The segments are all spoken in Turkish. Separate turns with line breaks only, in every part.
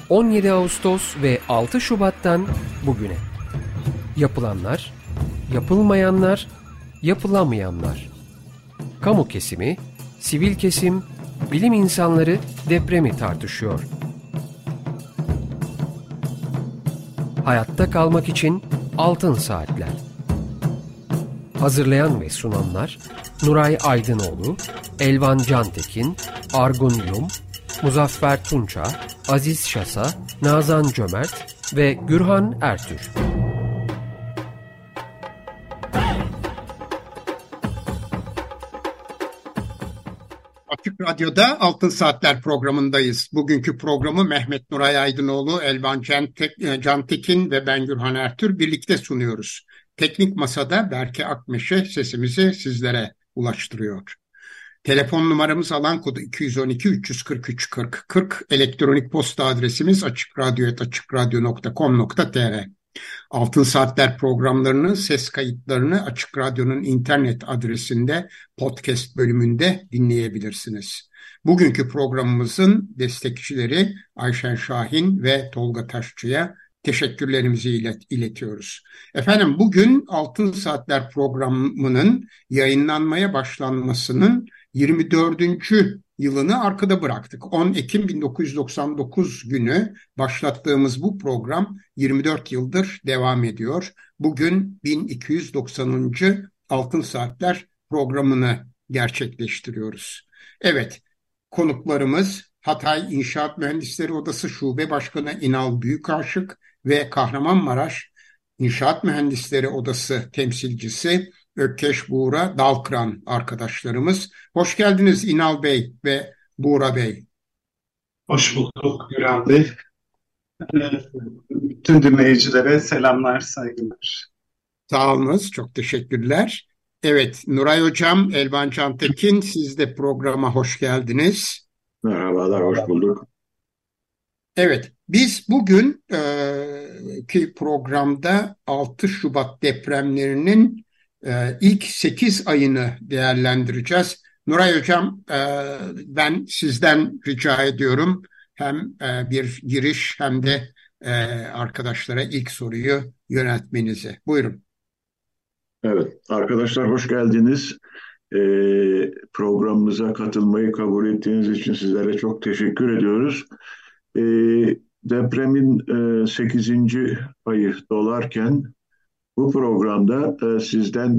17 Ağustos ve 6 Şubat'tan bugüne. Yapılanlar, yapılmayanlar, yapılamayanlar. Kamu kesimi, sivil kesim, bilim insanları depremi tartışıyor. Hayatta kalmak için altın saatler. Hazırlayan ve sunanlar Nuray Aydınoğlu, Elvan Cantekin, Argun Yum, Muzaffer Tunça, Aziz Şasa, Nazan Cömert ve Gürhan Ertür.
Açık Radyo'da Altın Saatler programındayız. Bugünkü programı Mehmet Nuray Aydınoğlu, Elvan Cantekin ve ben Gürhan Ertür birlikte sunuyoruz. Teknik Masa'da Berke Akmeşe sesimizi sizlere ulaştırıyor. Telefon numaramız alan kodu 212 343 40 40. Elektronik posta adresimiz açıkradyo@açıkradyo.com.tr. Altın Saatler programlarının ses kayıtlarını Açık Radyo'nun internet adresinde podcast bölümünde dinleyebilirsiniz. Bugünkü programımızın destekçileri Ayşen Şahin ve Tolga Taşçı'ya teşekkürlerimizi iletiyoruz. Efendim, bugün Altın Saatler programının yayınlanmaya başlanmasının 24. yılını arkada bıraktık. 10 Ekim 1999 günü başlattığımız bu program 24 yıldır devam ediyor. Bugün 1290. Altın Saatler programını gerçekleştiriyoruz. Evet, konuklarımız Hatay İnşaat Mühendisleri Odası Şube Başkanı İnal Büyükaşık ve Kahramanmaraş İnşaat Mühendisleri Odası temsilcisi Ökkeş Buğra Dalkıran arkadaşlarımız. Hoş geldiniz İnal Bey ve Buğra Bey.
Hoş bulduk Güran Bey. Bütün dinleyicilere selamlar, saygılar.
Sağ olunuz, çok teşekkürler. Evet, Nuray Hocam, Elvan Cantekin, siz de programa hoş geldiniz.
Merhabalar, hoş bulduk.
Evet, biz bugün ki programda 6 Şubat depremlerinin ilk 8 ayını değerlendireceğiz. Nuray Hocam, ben sizden rica ediyorum hem bir giriş hem de arkadaşlara ilk soruyu yöneltmenizi. Buyurun.
Evet, arkadaşlar hoş geldiniz. Programımıza katılmayı kabul ettiğiniz için sizlere çok teşekkür ediyoruz. Depremin 8. ayı dolarken bu programda sizden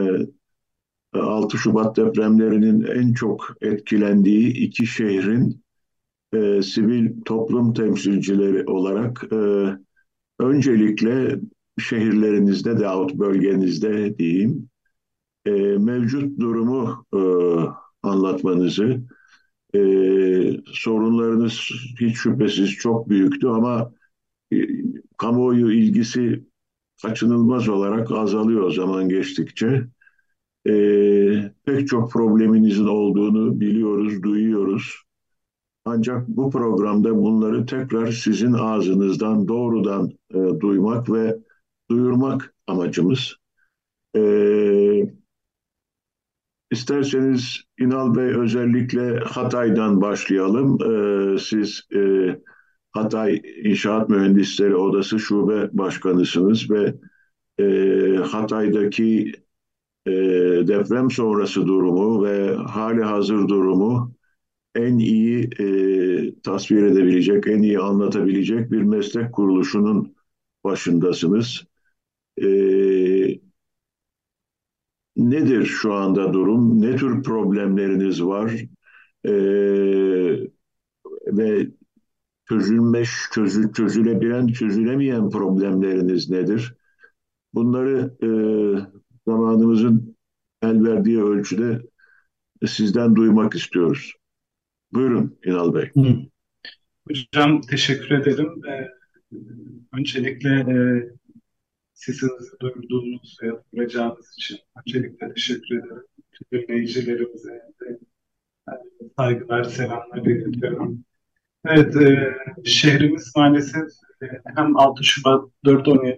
6 Şubat depremlerinin en çok etkilendiği iki şehrin sivil toplum temsilcileri olarak öncelikle şehirlerinizde de bölgenizde diyeyim mevcut durumu anlatmanızı, sorunlarınız hiç şüphesiz çok büyüktü ama e, kamuoyu ilgisi kaçınılmaz olarak azalıyor zaman geçtikçe. Pek çok probleminizin olduğunu biliyoruz, duyuyoruz. Ancak bu programda bunları tekrar sizin ağzınızdan doğrudan duymak ve duyurmak amacımız. İsterseniz İnal Bey özellikle Hatay'dan başlayalım. Siz Hatay İnşaat Mühendisleri Odası Şube Başkanısınız ve Hatay'daki deprem sonrası durumu ve hali hazır durumu en iyi tasvir edebilecek, en iyi anlatabilecek bir meslek kuruluşunun başındasınız. Nedir şu anda durum? Ne tür problemleriniz var? Ve çözülebilen, çözülemeyen problemleriniz nedir? Bunları zamanımızın el verdiği ölçüde sizden duymak istiyoruz. Buyurun İnal Bey.
Hocam teşekkür ederim. Öncelikle sizin duyurduğunuz ve yapacağınız için öncelikle teşekkür ederim. Tüm dinleyicilerimize de saygılar, selamlar iletiyorum. Evet, şehrimiz maalesef hem 6 Şubat 4-17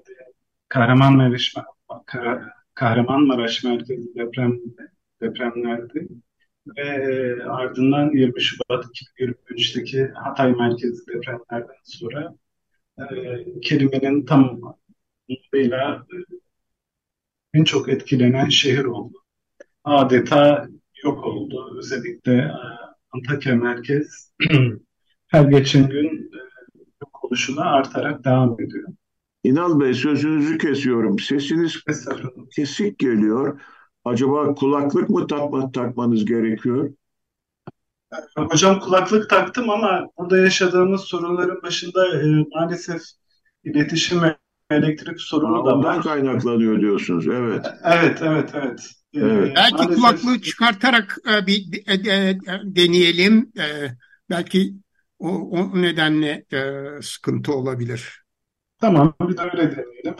Kahramanmaraş merkezli depremlerdi. ve ardından 20 Şubat 2023'teki Hatay merkezli depremlerden sonra kelimenin tam anlamıyla en çok etkilenen şehir oldu. Adeta yok oldu. Özellikle Antakya merkez her geçen gün yok oluşuna artarak devam ediyor.
İnal Bey, sözünüzü kesiyorum. Sesiniz
Mesela,
kesik geliyor. Acaba kulaklık mı takmanız gerekiyor?
hocam kulaklık taktım ama burada yaşadığımız sorunların başında maalesef iletişim ve elektrik sorunu da
Ondan
var.
kaynaklanıyor diyorsunuz. Evet,
Evet, evet, evet.
evet.
Belki
Maalesef
kulaklığı çıkartarak deneyelim. Belki o nedenle sıkıntı olabilir.
tamam bir de öyle deneyelim.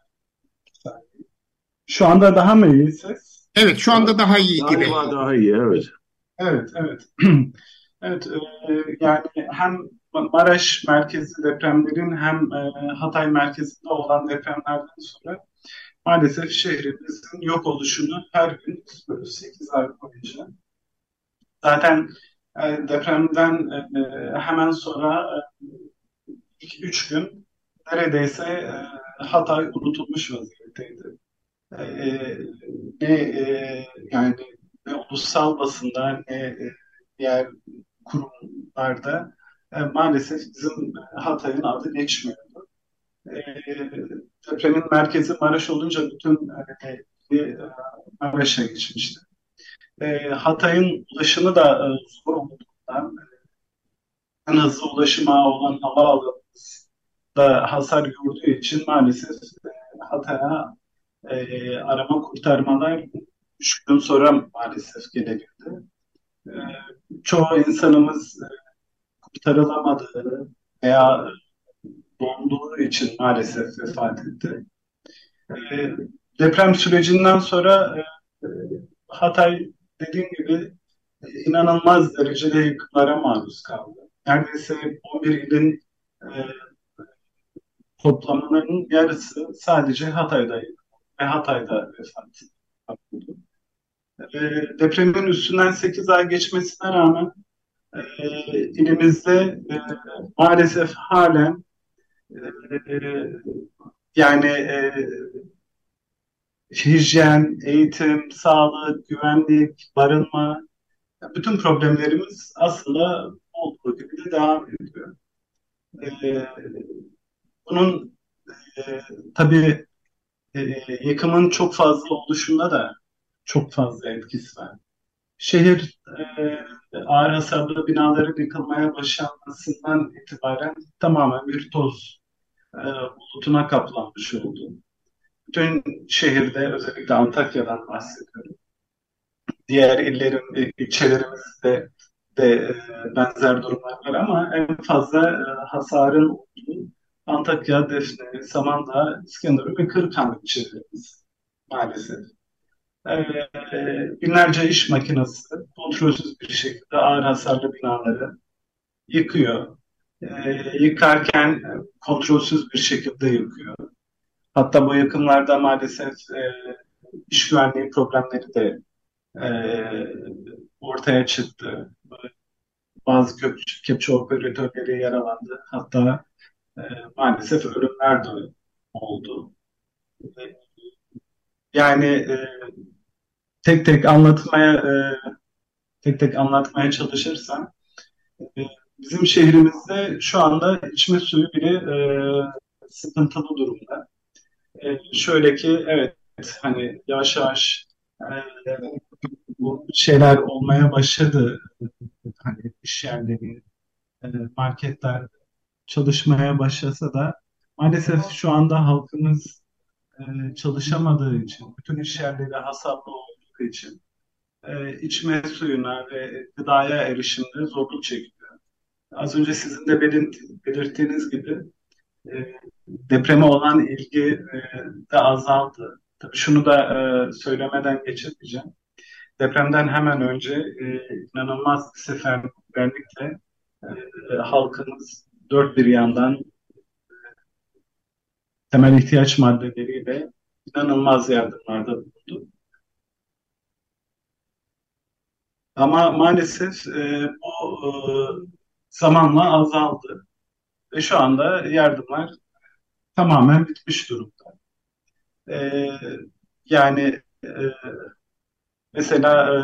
Şu anda daha mı iyi ses?
Evet, şu anda daha iyi gibi.
Galiba daha iyi, evet.
Evet, evet. Evet, yani hem Maraş merkezli depremlerin hem Hatay merkezinde olan depremlerden sonra maalesef şehrimizin yok oluşunu her gün istiyoruz 8 ay boyunca. Zaten depremden hemen sonra 2-3 gün neredeyse Hatay unutulmuş vaziyetteydi. E, ne yani ne ulusal basında ne diğer kurumlarda maalesef bizim Hatay'ın adı geçmiyor. E, depremin merkezi Maraş olunca bütün Maraş'a geçmişti. Hatay'ın ulaşımı da zor olduğundan en hızlı ulaşım ağı olan havaalanımız da hasar gördüğü için maalesef Hatay'a arama kurtarmalar 3 gün sonra maalesef gelebildi. E, çoğu insanımız kurtarılamadığı veya donduğu için maalesef vefat etti. E, deprem sürecinden sonra Hatay dediğim gibi inanılmaz derecede yıkımlara maruz kaldı. Neredeyse 11 ilin e, toplamının yarısı sadece Hatay'da ve Hatay'da vefat buldu. Depremin üstünden 8 ay geçmesine rağmen ilimizde maalesef halen yani hijyen, eğitim, sağlık, güvenlik, barınma bütün problemlerimiz aslında olduğu gibi de devam ediyor. E, bunun tabii yıkımın çok fazla oluşunda da çok fazla etkisi var. Şehir ağır hasarlı binaların yıkılmaya başlanmasından itibaren tamamen bir toz bulutuna kaplanmış oldu. Bütün şehirde özellikle Antakya'dan bahsediyorum. Diğer illerin, ilçelerimizde de benzer durumlar var ama en fazla hasarın olduğu Antakya, Defne, Samandağ, İskenderun ve Kırıkhanlı ilçelerimiz maalesef. Binlerce iş makinesi kontrolsüz bir şekilde ağır hasarlı binaları yıkıyor. Yıkarken kontrolsüz bir şekilde yıkıyor. Hatta bu yıkımlarda maalesef iş güvenliği problemleri de e, ortaya çıktı. Bazı kepçe operatörleri yaralandı. Hatta e, maalesef ölümler de oldu. Yani tek tek anlatmaya tek tek anlatmaya çalışırsam e, bizim şehrimizde şu anda içme suyu bile sıkıntılı durumda. Şöyle ki evet hani yavaş yavaş e, bu şeyler olmaya başladı. Hani iş yerleri, marketler çalışmaya başlasa da maalesef şu anda halkımız çalışamadığı için, bütün iş yerleri hasarlı olduğu için içme suyuna ve gıdaya erişimde zorluk çekiyor. Az önce sizin de belirttiğiniz gibi depreme olan ilgi de azaldı. Tabii şunu da söylemeden geçemeyeceğim. Depremden hemen önce inanılmaz bir seferberlikle halkımız dört bir yandan temel ihtiyaç maddeleriyle inanılmaz yardımlarda bulundu. Ama maalesef bu zamanla azaldı ve şu anda yardımlar tamamen bitmiş durumda. E, yani mesela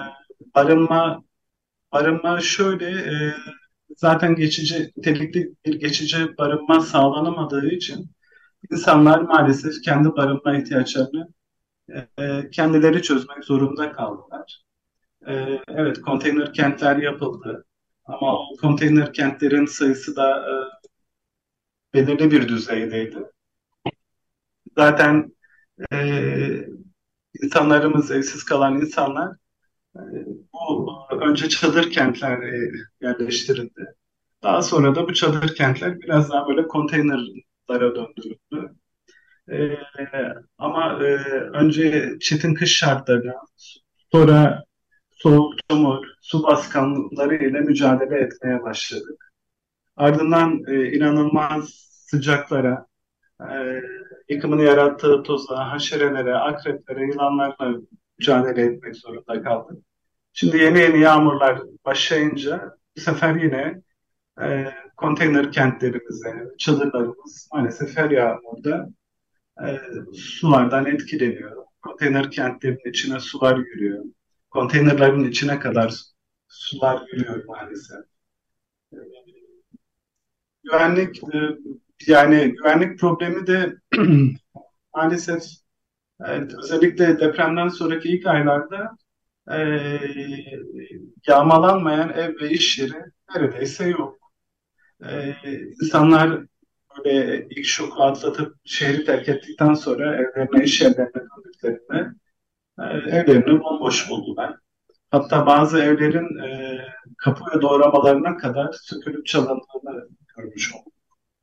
barınma şöyle, zaten nitelikli bir geçici barınma sağlanamadığı için insanlar maalesef kendi barınma ihtiyaçlarını kendileri çözmek zorunda kaldılar. Evet, konteyner kentler yapıldı ama o konteyner kentlerin sayısı da belirli bir düzeydeydi. Zaten e, evsiz kalan insanlar, e, bu önce çadır kentlere yerleştirildi. Daha sonra da bu çadır kentler biraz daha böyle konteynerlara döndürüldü. Ee, ama önce çetin kış şartlarına, sonra soğuk, çamur, su baskınları ile mücadele etmeye başladık. Ardından inanılmaz sıcaklara, e, yıkımını yarattığı toza, haşerelere, akreplere, yılanlarla mücadele etmek zorunda kaldık. Şimdi yeni yeni yağmurlar başlayınca bu sefer yine konteyner kentlerimize, çadırlarımız maalesef her yağmurda e, sulardan etkileniyor. Konteyner kentlerin içine sular giriyor. Konteynerlerin içine kadar sular giriyor maalesef. E, Güvenlik güvenlik problemi de maalesef, özellikle depremden sonraki ilk aylarda e, yağmalanmayan ev ve iş yeri neredeyse yok. İnsanlar böyle ilk şoku atlatıp şehri terk ettikten sonra evlerine, iş yerlerine döndüklerinde evlerini bomboş buldular. Hatta bazı evlerin kapı ve doğramalarına kadar sökülüp çalındığını görmüş olduk.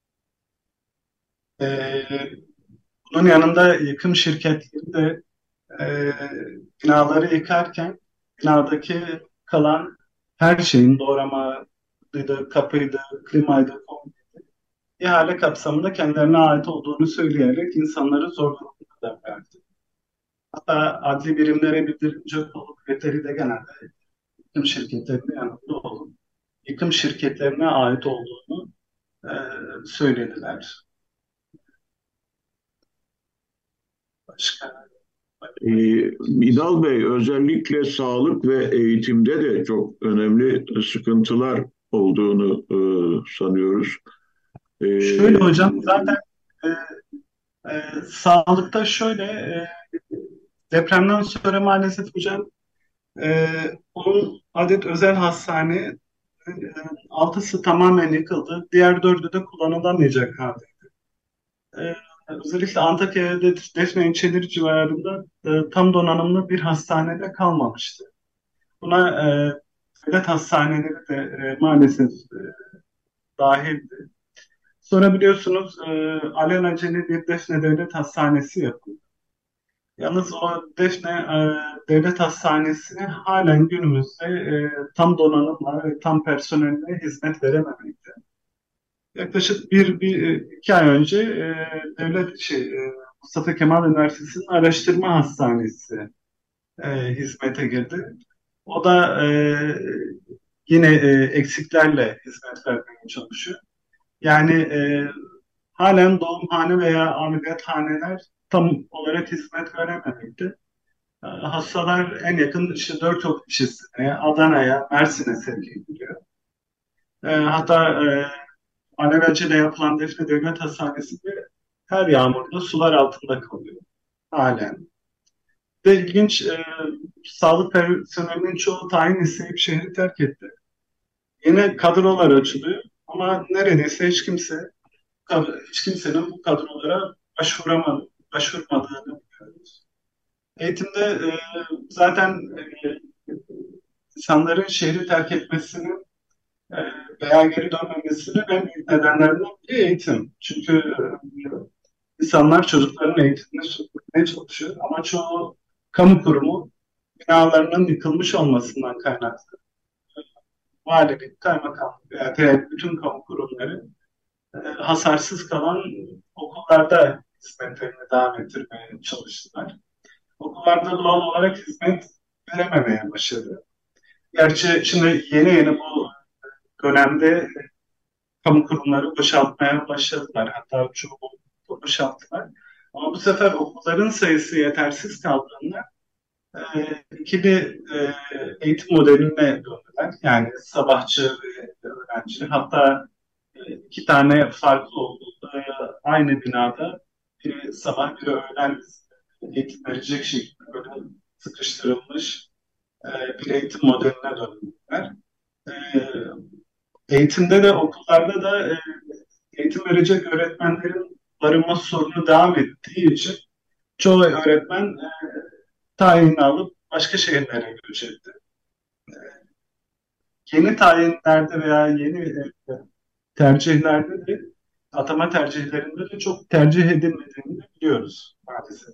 E, Bunun yanında yıkım şirketleri de e, binaları yıkarken binadaki kalan her şeyin doğramaydı, kapıydı, klimaydı, ihale kapsamında kendilerine ait olduğunu söyleyerek insanları zor durumda bıraktı. Hatta adli birimlere bildirince kolu kuvvetleri de genelde yıkım şirketlerinin yanında olup yıkım şirketlerine ait olduğunu e, söylediler. Başka?
İdal Bey, özellikle sağlık ve eğitimde de çok önemli sıkıntılar olduğunu sanıyoruz.
Şöyle
E,
hocam, zaten e, sağlıkta şöyle, depremden sonra maalesef hocam, 10 adet özel hastane, e, 6'sı tamamen yıkıldı. Diğer 4'ü de kullanılamayacak halde. E, Özellikle Antakya'da Defne ilçeleri civarında tam donanımlı bir hastanede kalmamıştı. Buna devlet hastaneleri de maalesef dahildi. Sonra biliyorsunuz alelacele bir Defne Devlet Hastanesi yapıldı. Yalnız o Defne Devlet Hastanesi halen günümüzde tam donanımla ve tam personelle hizmet verememekte. Yaklaşık iki ay önce Mustafa Kemal Üniversitesi'nin araştırma hastanesi hizmete girdi. O da yine eksiklerle hizmet vermeye çalışıyor. Yani halen doğumhane veya ameliyathaneler tam olarak hizmet verememekte. Hastalar en yakın işte 4 yol ilçesine, Adana'ya, Mersin'e sevk ediliyor. Hatta alelacele yapılan Defne Devlet Hastanesi'nde her yağmurda sular altında kalıyor halen. Ve ilginç, sağlık personelinin çoğu tayin isteyip şehri terk etti. Yine kadrolar açılıyor ama neredeyse hiç kimsenin bu kadrolara başvurmadığını biliyoruz. Eğitimde zaten insanların şehri terk etmesinin e, veya geri dönmemesinin en büyük nedenlerinden biri eğitim. Çünkü insanlar çocukların eğitimini sürdürmeye çalışıyor ama çoğu kamu kurumu binalarının yıkılmış olmasından kaynaklı. Valilik, kaymakamlık veya diğer bütün kamu kurumları hasarsız kalan okullarda hizmetlerini devam ettirmeye çalıştılar. Okullarda doğal olarak hizmet verememeye başladı. Gerçi şimdi yeni bu dönemde kamu kurumları boşaltmaya başladılar. Hatta çoğu boşalttılar. Ama bu sefer okulların sayısı yetersiz kaldığında ikili eğitim modeline döndüler. Yani sabahçı ve öğrenci. Hatta iki tane farklı okulda aynı binada biri sabah biri öğlen eğitim verecek şekilde böyle sıkıştırılmış bir eğitim modeline döndüler. E, Eğitimde de okullarda da eğitim verecek öğretmenlerin barınma sorunu devam ettiği için çoğu öğretmen tayini alıp başka şehirlere göç etti. Yeni tayinlerde veya yeni tercihlerde de atama tercihlerinde de çok tercih edilmediğini de biliyoruz maalesef.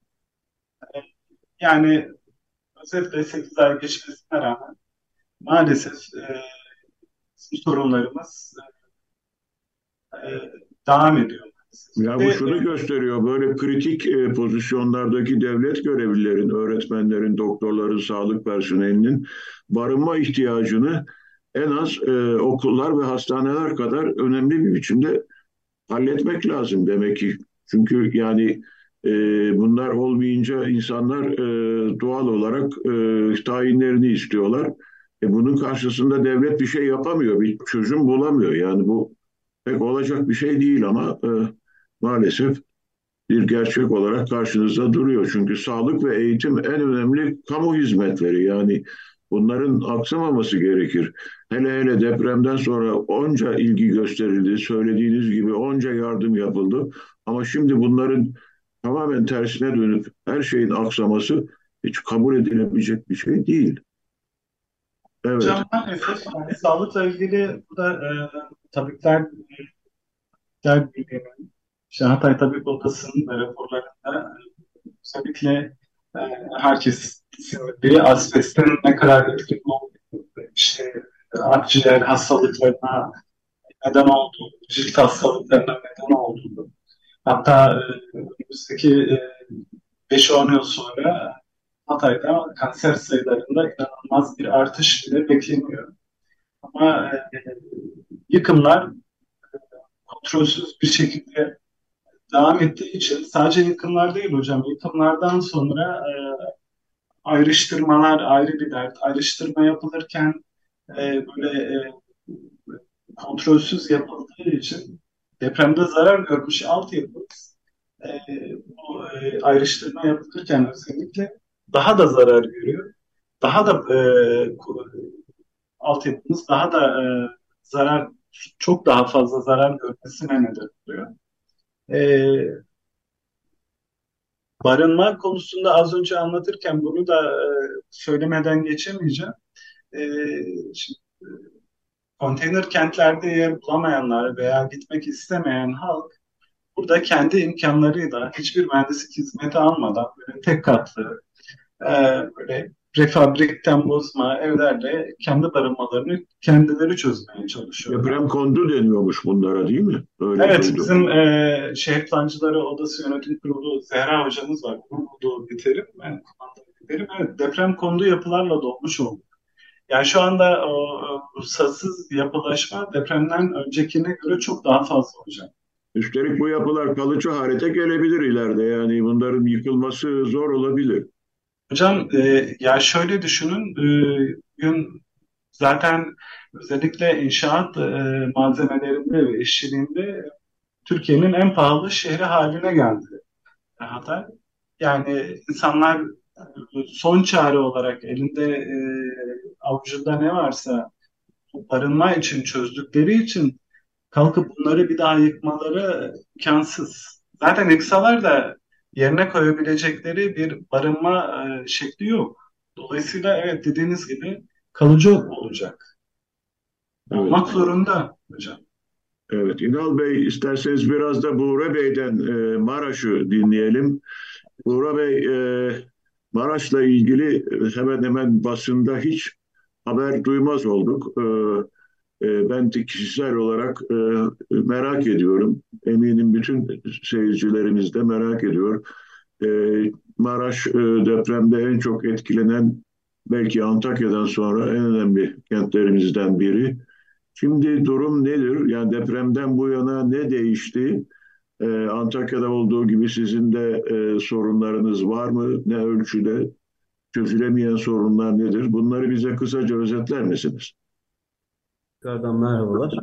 Yani özetle 8 ay geçmesine rağmen maalesef bizim sorunlarımız devam ediyor.
Ya bu
Ve
şunu gösteriyor, böyle kritik pozisyonlardaki devlet görevlilerin, öğretmenlerin, doktorların, sağlık personelinin barınma ihtiyacını en az okullar ve hastaneler kadar önemli bir biçimde halletmek lazım demek ki. Çünkü yani e, bunlar olmayınca insanlar doğal olarak tayinlerini istiyorlar. Bunun karşısında devlet bir şey yapamıyor, bir çözüm bulamıyor. Yani bu pek olacak bir şey değil ama maalesef bir gerçek olarak karşınızda duruyor. Çünkü sağlık ve eğitim en önemli kamu hizmetleri. Yani bunların aksamaması gerekir. Hele hele depremden sonra onca ilgi gösterildi. Söylediğiniz gibi onca yardım yapıldı. Ama şimdi bunların tamamen tersine dönüp her şeyin aksaması hiç kabul edilebilecek bir şey değil. Evet.
hocam maalesef yani sağlıkla ilgili bu da tabipler Birliği'nin, işte Hatay Tabip Odası'nın da raporlarında özellikle e, herkesin bildiği asbestin ne kadar etkili olduğu, işte akciğer hastalıklarına neden olduğu, cilt hastalıklarına neden olduğu. Hatta önümüzdeki 5-10 yıl sonra Hatay'da kanser sayılarında inanılmaz bir artış bile bekleniyor. Ama yıkımlar kontrolsüz bir şekilde devam ettiği için sadece yıkımlar değil hocam. Yıkımlardan sonra ayrıştırmalar ayrı bir dert. Ayrıştırma yapılırken böyle kontrolsüz yapıldığı için depremde zarar görmüş altyapımız bu ayrıştırma yapılırken özellikle daha da zarar görüyor. Daha da altyapımız daha da zarar çok daha fazla zarar görmesine neden oluyor. E, Barınma konusunda az önce anlatırken bunu da söylemeden geçemeyeceğim. E, Şimdi, konteyner kentlerde yer bulamayanlar veya gitmek istemeyen halk burada kendi imkanlarıyla hiçbir mühendislik hizmeti almadan böyle tek katlı e, böyle prefabrikten bozma evlerle kendi barınmalarını kendileri çözmeye çalışıyorlar.
Deprem kondu deniyormuş bunlara, değil mi? Öyle
Evet,
duydum.
bizim Şehir Plancıları Odası Yönetim Kurulu Zehra hocamız var. Onun olduğu bir terim. Ben kullandığım bir terim. Evet, deprem konulu yapılarla dolmuş oldu. Yani şu anda o ruhsatsız yapılaşma depremden öncekine göre çok daha fazla hocam.
Üstelik bu yapılar kalıcı hale gelebilir ileride. Yani bunların yıkılması zor olabilir.
Hocam ya şöyle düşünün, bugün zaten özellikle inşaat malzemelerinde ve işçiliğinde Türkiye'nin en pahalı şehri haline geldi Hatay. Yani insanlar son çare olarak elinde avucunda ne varsa barınma için çözdükleri için kalkıp bunları bir daha yıkmaları imkansız. Zaten yıksalar da yerine koyabilecekleri bir barınma şekli yok. Dolayısıyla evet dediğiniz gibi kalıcı olacak.
Evet.
Olmak zorunda hocam.
Evet. İnal Bey, isterseniz biraz da Buğra Bey'den Maraş'ı dinleyelim. Buğra Bey, Maraş'la ilgili hemen hemen basında hiç haber duymaz olduk. Ben de kişisel olarak merak ediyorum. Eminim bütün seyircilerimiz de merak ediyor. E, Maraş depremde en çok etkilenen Belki Antakya'dan sonra en önemli kentlerimizden biri. Şimdi durum nedir? Yani depremden bu yana ne değişti? Antakya'da olduğu gibi sizin de sorunlarınız var mı? Ne ölçüde? Çözülemeyen sorunlar nedir? Bunları bize kısaca özetler misiniz?
Tekrardan merhabalar.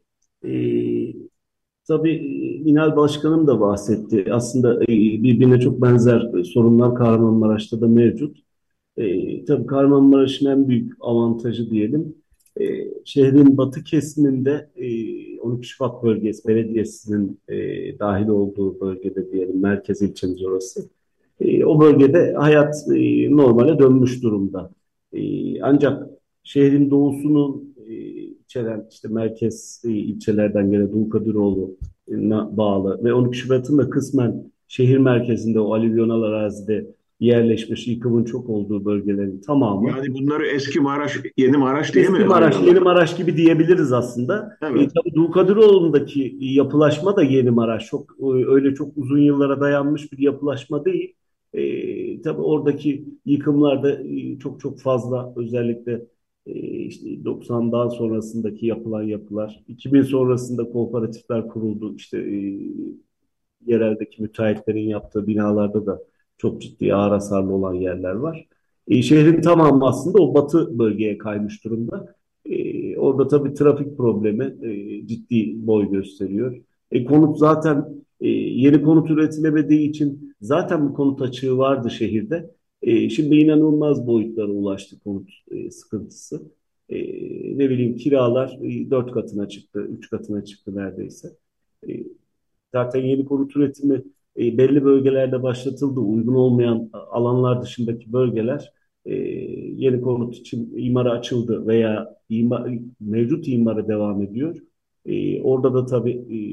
Ee, tabii İnal Başkanım da bahsetti. Aslında birbirine çok benzer sorunlar Kahramanmaraş'ta da mevcut. Tabii Kahramanmaraş'ın en büyük avantajı diyelim. Şehrin batı kesiminde 12 Şubat Bölgesi Belediyesi'nin dahil olduğu bölgede diyelim merkez ilçemiz orası. O bölgede hayat normale dönmüş durumda. Ancak şehrin doğusunu içeren işte merkez ilçelerden gelen Dulkadiroğlu'na bağlı ve 12 Şubat'ın da kısmen şehir merkezinde o alüvyonal arazide yerleşmiş yıkımın çok olduğu bölgelerin tamamı
Yani bunları eski Maraş, yeni Maraş diye mi
eski Maraş,
ayırıyorlar?
yeni Maraş gibi diyebiliriz aslında.
Evet.
Tabii Dulkadiroğlu'ndaki yapılaşma da yeni Maraş. Çok öyle çok uzun yıllara dayanmış bir yapılaşma değil. Tabii oradaki yıkımlar da çok çok fazla. Özellikle işte 90'dan sonrasındaki yapılan yapılar. 2000 sonrasında kooperatifler kuruldu. İşte yereldeki müteahhitlerin yaptığı binalarda da çok ciddi ağır hasarlı olan yerler var. Şehrin tamamı aslında o batı bölgeye kaymış durumda. Orada tabii trafik problemi ciddi boy gösteriyor. Konut zaten yeni konut üretilemediği için zaten bir konut açığı vardı şehirde. Şimdi inanılmaz boyutlara ulaştı konut sıkıntısı. E, Ne bileyim kiralar 4 katına çıktı, 3 katına çıktı neredeyse. E, Zaten yeni konut üretimi belli bölgelerde başlatıldı. Uygun olmayan alanlar dışındaki bölgeler yeni konut için imara açıldı veya mevcut imara devam ediyor. Orada da tabii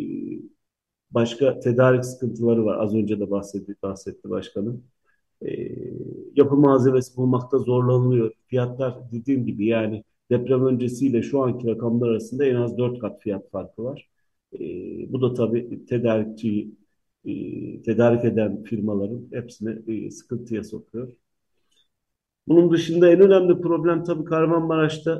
başka tedarik sıkıntıları var. Az önce de bahsetti başkanım. E, Yapı malzemesi bulmakta zorlanılıyor. Fiyatlar dediğim gibi yani deprem öncesiyle şu anki rakamlar arasında en az 4 kat fiyat farkı var. E, Bu da tabii tedarik eden firmaların hepsini sıkıntıya sokuyor. Bunun dışında en önemli problem tabii Kahramanmaraş'ta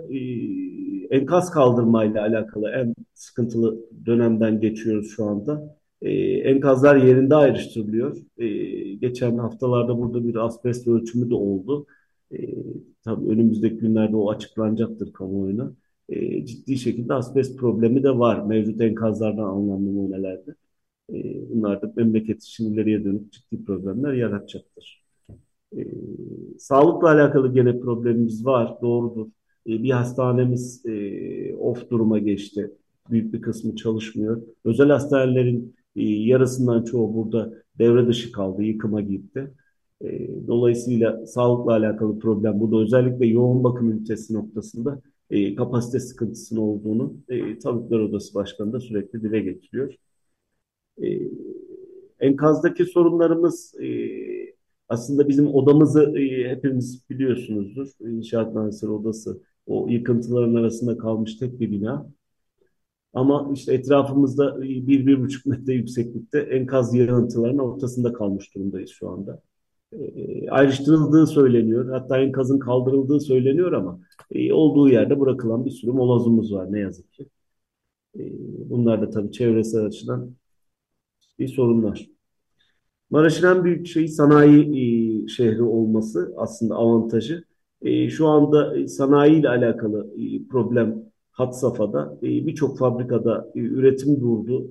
enkaz kaldırmayla alakalı en sıkıntılı dönemden geçiyoruz şu anda. Enkazlar yerinde ayrıştırılıyor. Geçen haftalarda burada bir asbest ölçümü de oldu. E, tabii önümüzdeki günlerde o açıklanacaktır kamuoyuna. Ciddi şekilde asbest problemi de var mevcut enkazlardan alınan numunelerde. Bunlar da memleket için ileriye dönük ciddi problemler yaratacaktır. E, Sağlıkla alakalı gene problemimiz var, doğrudur. Bir hastanemiz off duruma geçti. Büyük bir kısmı çalışmıyor. Özel hastanelerin yarısından çoğu burada devre dışı kaldı, yıkıma gitti. Dolayısıyla sağlıkla alakalı problem burada özellikle yoğun bakım ünitesi noktasında kapasite sıkıntısının olduğunu Tabipler Odası Başkanı da sürekli dile getiriyor. E, Enkazdaki sorunlarımız aslında bizim odamızı hepimiz biliyorsunuzdur. İnşaat Mühendisleri Odası o yıkıntıların arasında kalmış tek bir bina. Ama işte etrafımızda 1-1,5 metre yükseklikte enkaz yığıntılarının ortasında kalmış durumdayız şu anda. Ayrıştırıldığı söyleniyor. Hatta enkazın kaldırıldığı söyleniyor ama olduğu yerde bırakılan bir sürü molozumuz var ne yazık ki. E, Bunlar da tabii çevresel açıdan bir sorunlar. Maraş'ın en büyük şeyi sanayi şehri olması aslında avantajı. Şu anda sanayi ile alakalı problem had safhada. Birçok fabrikada üretim durdu.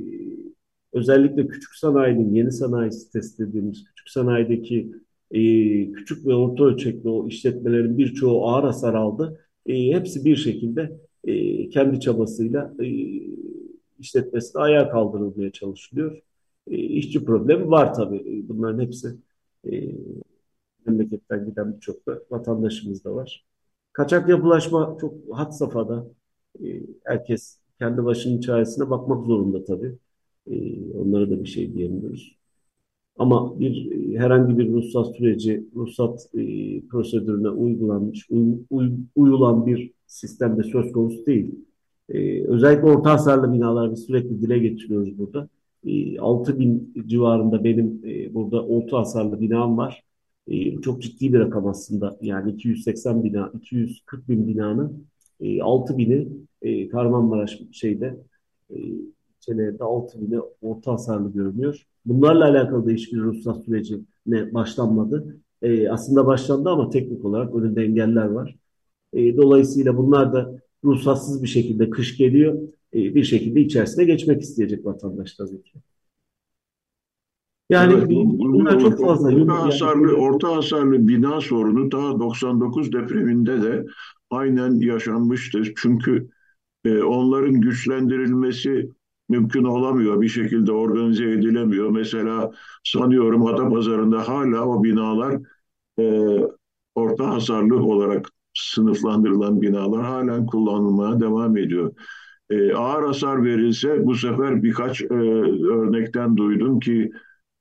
Özellikle küçük sanayinin yeni sanayi sitesi dediğimiz küçük sanayideki küçük ve orta ölçekli o işletmelerin birçoğu ağır hasar aldı. Hepsi bir şekilde kendi çabasıyla işletmesine ayağa kaldırılmaya çalışılıyor. İşçi problemi var tabii. Bunların hepsi e, memleketten giden birçok da vatandaşımız da var. Kaçak yapılaşma çok had safhada. Herkes kendi başının çaresine bakmak zorunda tabii. Onlara da bir şey diyemiyoruz. Ama herhangi bir ruhsat süreci, ruhsat prosedürüne uyulan bir sistemde söz konusu değil. Özellikle orta hasarlı binalar biz sürekli dile getiriyoruz burada. 6.000 civarında benim burada orta hasarlı binam var. Çok ciddi bir rakam aslında. Yani 280 bina, 240 bin binanın 6 bini Kahramanmaraş e, ilçelerde 6 bini orta hasarlı görünüyor. Bunlarla alakalı da hiçbir ruhsat sürecine başlanmadı. Aslında başlandı ama teknik olarak önünde engeller var. Dolayısıyla bunlar da ruhsatsız bir şekilde kış geliyor. Bir şekilde içerisine geçmek isteyecek vatandaş tabii ki. Yani
Evet,
bunlar çok fazla. Yani böyle
orta hasarlı bina sorunu daha 99 depreminde de aynen yaşanmıştır. Çünkü onların güçlendirilmesi mümkün olamıyor. Bir şekilde organize edilemiyor. Mesela sanıyorum Adapazarı'nda hala o binalar e, orta hasarlı olarak sınıflandırılan binalar halen kullanılmaya devam ediyor. Ağır hasar verilse bu sefer birkaç örnekten duydum ki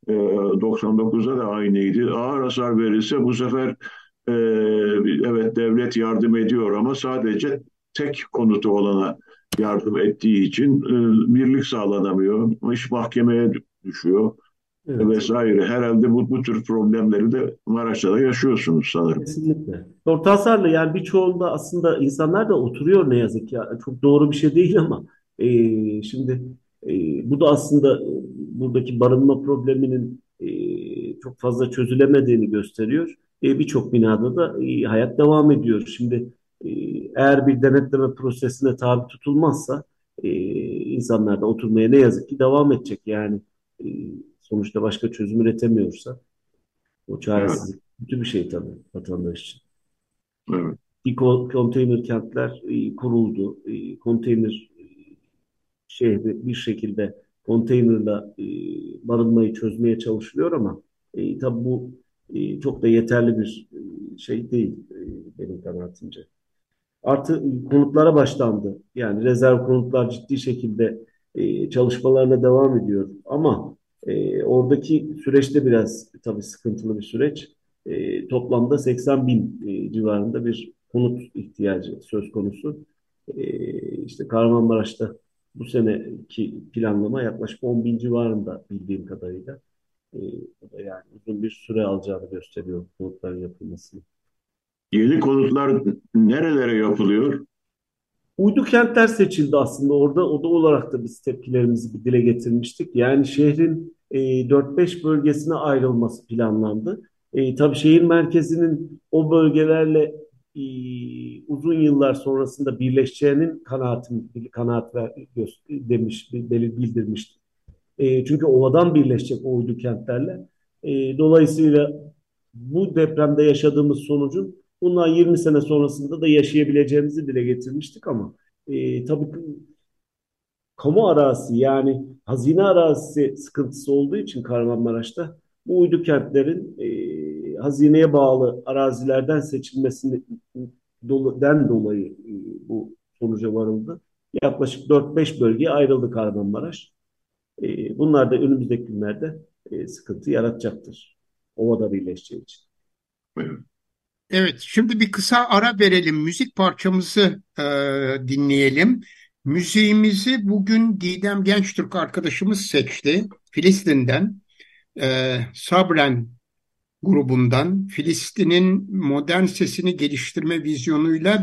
99'da da aynıydı. Ağır hasar verilse bu sefer e, evet devlet yardım ediyor ama sadece tek konutu olana yardım ettiği için birlik sağlanamıyor. İş mahkemeye düşüyor
evet.
vesaire. Herhalde bu tür problemleri de Maraş'ta da yaşıyorsunuz sanırım.
Kesinlikle. Orta hasarlı yani birçoğunda aslında insanlar da oturuyor ne yazık ki. Çok doğru bir şey değil ama şimdi bu da aslında buradaki barınma probleminin çok fazla çözülemediğini gösteriyor. Birçok binada da hayat devam ediyor. Şimdi e, eğer bir denetleme prosesine tabi tutulmazsa insanlar da oturmaya ne yazık ki devam edecek. Yani e, sonuçta başka çözüm üretemiyorsa. O
Evet,
çaresizlik kötü bir şey tabii vatandaş için.
evet.
Konteyner kentler kuruldu. Konteyner şehri bir şekilde konteynerla barınmayı çözmeye çalışılıyor ama tabii bu çok da yeterli bir şey değil benim kanaatimce. Artı konutlara başlandı. Yani rezerv konutlar ciddi şekilde çalışmalarına devam ediyor. Ama oradaki süreçte biraz tabii sıkıntılı bir süreç. Toplamda 80 bin civarında bir konut ihtiyacı söz konusu. İşte Kahramanmaraş'ta bu seneki planlama yaklaşık 10 bin civarında bildiğim kadarıyla. Bu da yani uzun bir süre alacağını gösteriyor konutların yapılmasını.
Yeni konutlar nerelere yapılıyor?
Uydu kentler seçildi aslında. Orada oda olarak da biz tepkilerimizi bir dile getirmiştik. Yani şehrin 4-5 bölgesine ayrılması planlandı. Tabii şehir merkezinin o bölgelerle uzun yıllar sonrasında birleşeceğinin bildirmişti. Çünkü ovadan birleşecek o uydu kentlerle. Dolayısıyla bu depremde yaşadığımız sonucun bundan 20 sene sonrasında da yaşayabileceğimizi dile getirmiştik ama tabii kamu arazisi yani hazine arazisi sıkıntısı olduğu için Kahramanmaraş'ta bu uydu kentlerin hazineye bağlı arazilerden seçilmesinden dolayı bu sonuca varıldı. Yaklaşık 4-5 bölgeye ayrıldı Kahramanmaraş. Bunlar da önümüzdeki günlerde sıkıntı yaratacaktır. Ovada birleşeceği için.
Evet, şimdi bir kısa ara verelim. Müzik parçamızı dinleyelim. Müziğimizi bugün Didem Gençtürk arkadaşımız seçti. Filistin'den, Sabren grubundan, Filistin'in modern sesini geliştirme vizyonuyla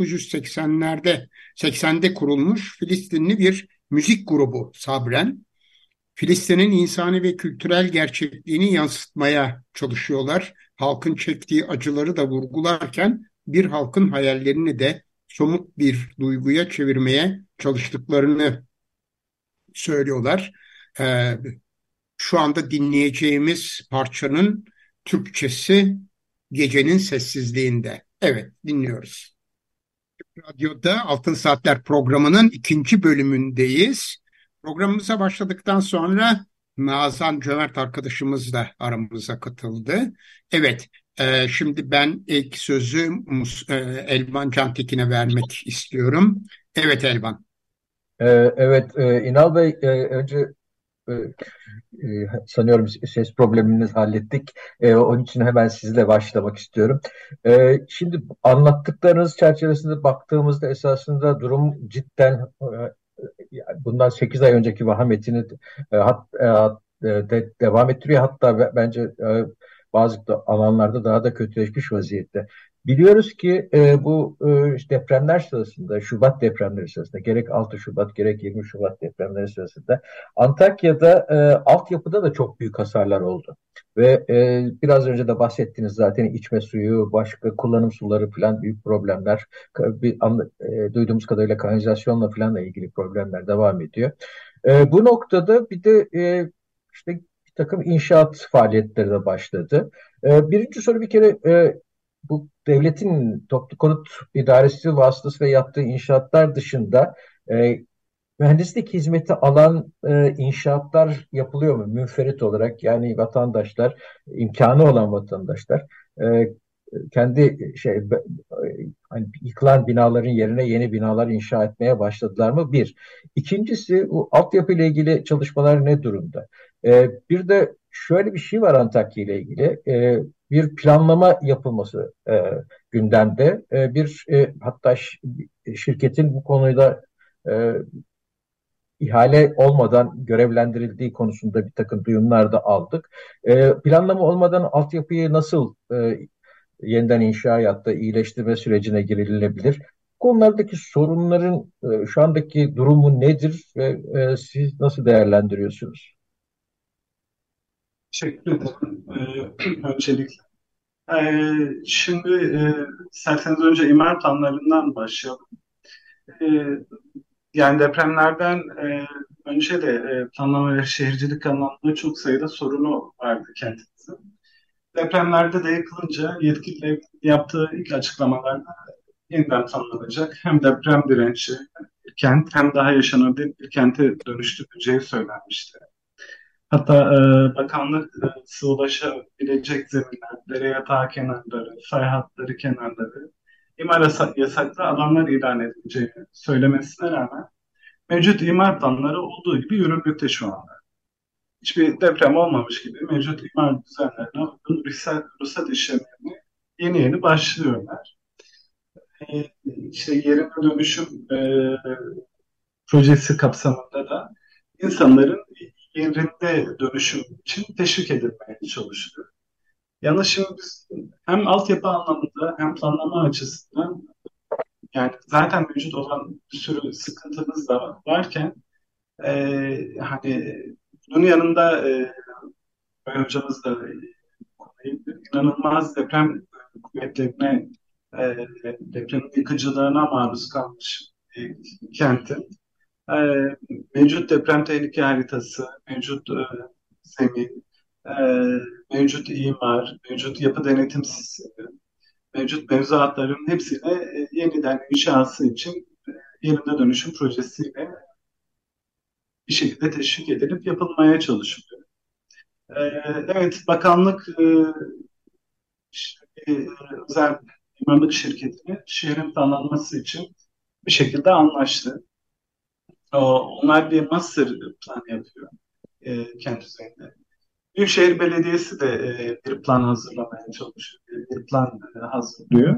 1980'de kurulmuş Filistinli bir müzik grubu Sabren. Filistin'in insani ve kültürel gerçekliğini yansıtmaya çalışıyorlar. Halkın çektiği acıları da vurgularken bir halkın hayallerini de somut bir duyguya çevirmeye çalıştıklarını söylüyorlar. Ee, Şu anda dinleyeceğimiz parçanın Türkçesi Gecenin Sessizliğinde. Evet, dinliyoruz. Radyoda Altın Saatler programının ikinci bölümündeyiz. Programımıza başladıktan sonra Nazan Cömert arkadaşımız da aramıza katıldı. Evet, şimdi ben ilk sözü Elvan Cantekin'e vermek istiyorum. Evet Elvan.
Evet, İnal Bey, önce e, sanıyorum ses probleminizi hallettik. Onun için hemen sizle başlamak istiyorum. Şimdi anlattıklarınız çerçevesinde baktığımızda esasında durum cidden bundan 8 ay önceki vahametini devam ettiriyor. Hatta bence bazı alanlarda daha da kötüleşmiş vaziyette. Biliyoruz ki bu işte depremler sırasında, Şubat depremleri sırasında, gerek 6 Şubat gerek 20 Şubat depremleri sırasında Antakya'da altyapıda da çok büyük hasarlar oldu. Ve biraz önce de bahsettiniz zaten, içme suyu, başka kullanım suları falan büyük problemler. Duyduğumuz kadarıyla kanalizasyonla falan da ilgili problemler devam ediyor. Bu noktada bir de işte bir takım inşaat faaliyetleri de başladı. Birinci soru, bir kere bu devletin toplu konut idaresi vasıtasıyla yaptığı inşaatlar dışında mühendislik hizmeti alan inşaatlar yapılıyor mu münferit olarak? Yani vatandaşlar, imkanı olan vatandaşlar e, kendi hani yıkılan binaların yerine yeni binalar inşa etmeye başladılar mı? Bir. İkincisi, bu altyapı ile ilgili çalışmalar ne durumda? Bir de şöyle bir şey var Antakya ile ilgili. Bir planlama yapılması gündemde. Hatta şirketin bu konuda e, ihale olmadan görevlendirildiği konusunda bir takım duyumlar da aldık. Planlama olmadan altyapıyı nasıl yeniden inşa ya da iyileştirme sürecine girilebilir? Bu konulardaki sorunların şu andaki durumu nedir ve siz nasıl değerlendiriyorsunuz?
Teşekkür ederim. Öncelikle. Şimdi isterseniz önce imar planlarından başlayalım. E, Yani depremlerden önce de planlama ve şehircilik anlamında çok sayıda sorunu vardı kentimizin. Depremlerde de yıkılınca yetkililerin yaptığı ilk açıklamalarda yeniden tanımlanacak hem deprem direnci bir kent hem daha yaşanabilir bir kente dönüştürüleceği söylenmişti. Hatta bakanlık ulaşabilecek zeminler, dere yatağı kenarları, fay hatları kenarları imar yasaklı alanlar ilan edileceğini söylemesine rağmen mevcut imar planları olduğu gibi yürürlükte şu anda. Hiçbir deprem olmamış gibi mevcut imar düzenlerine uygun ruhsat işlemlerini yeni başlıyorlar. İşte yerine dönüşüm projesi kapsamında da insanların yerinde dönüşüm için teşvik edilmeye çalışılıyor. Yalnız şimdi biz hem altyapı anlamında hem planlama açısından yani zaten mevcut olan bir sürü sıkıntımız da varken hani bunun yanında Bay hocamız da inanılmaz deprem kuvvetlerine, depremin yıkıcılığına maruz kalmış kentin. E, Mevcut deprem tehlike haritası, mevcut zemin, e, mevcut imar, mevcut yapı denetim sistemi, mevcut mevzuatların hepsine yeniden inşası için yerinde dönüşüm projesiyle bir şekilde teşvik edilip yapılmaya çalışılıyor. Evet, bakanlık özel mimarlık şirketini şehrin planlanması için bir şekilde anlaştı. Onlar bir master plan yapıyor kent düzeyinde. Büyükşehir Belediyesi de bir plan hazırlamaya çalışıyor, bir plan hazırlıyor.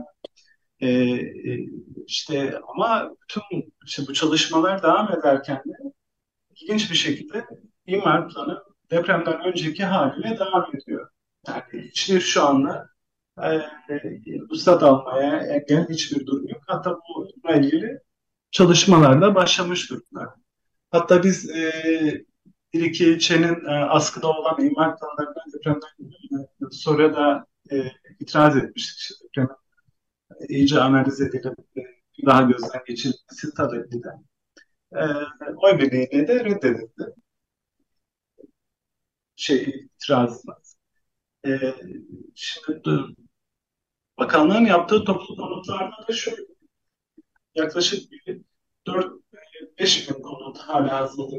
İşte ama bütün bu çalışmalar devam ederken de ilginç bir şekilde imar planı depremden önceki haliyle devam ediyor. Yani hiçbir şu anda e, ruhsat almaya engel hiçbir durum yok. Hatta bununla ilgili çalışmalar da başlamış durumda. Hatta biz bir iki ilçenin askıda olan imar planlarına depremden sonra da itiraz etmiştik. İşte deprem iyice analiz edilip daha gözden geçirilmesi talebiyle. Oy birliğiyle de reddedildi. İtirazımız. Şimdi bakanlığın yaptığı toplu konutlarda da şu yaklaşık bir 4-5 bin konut hala hazırda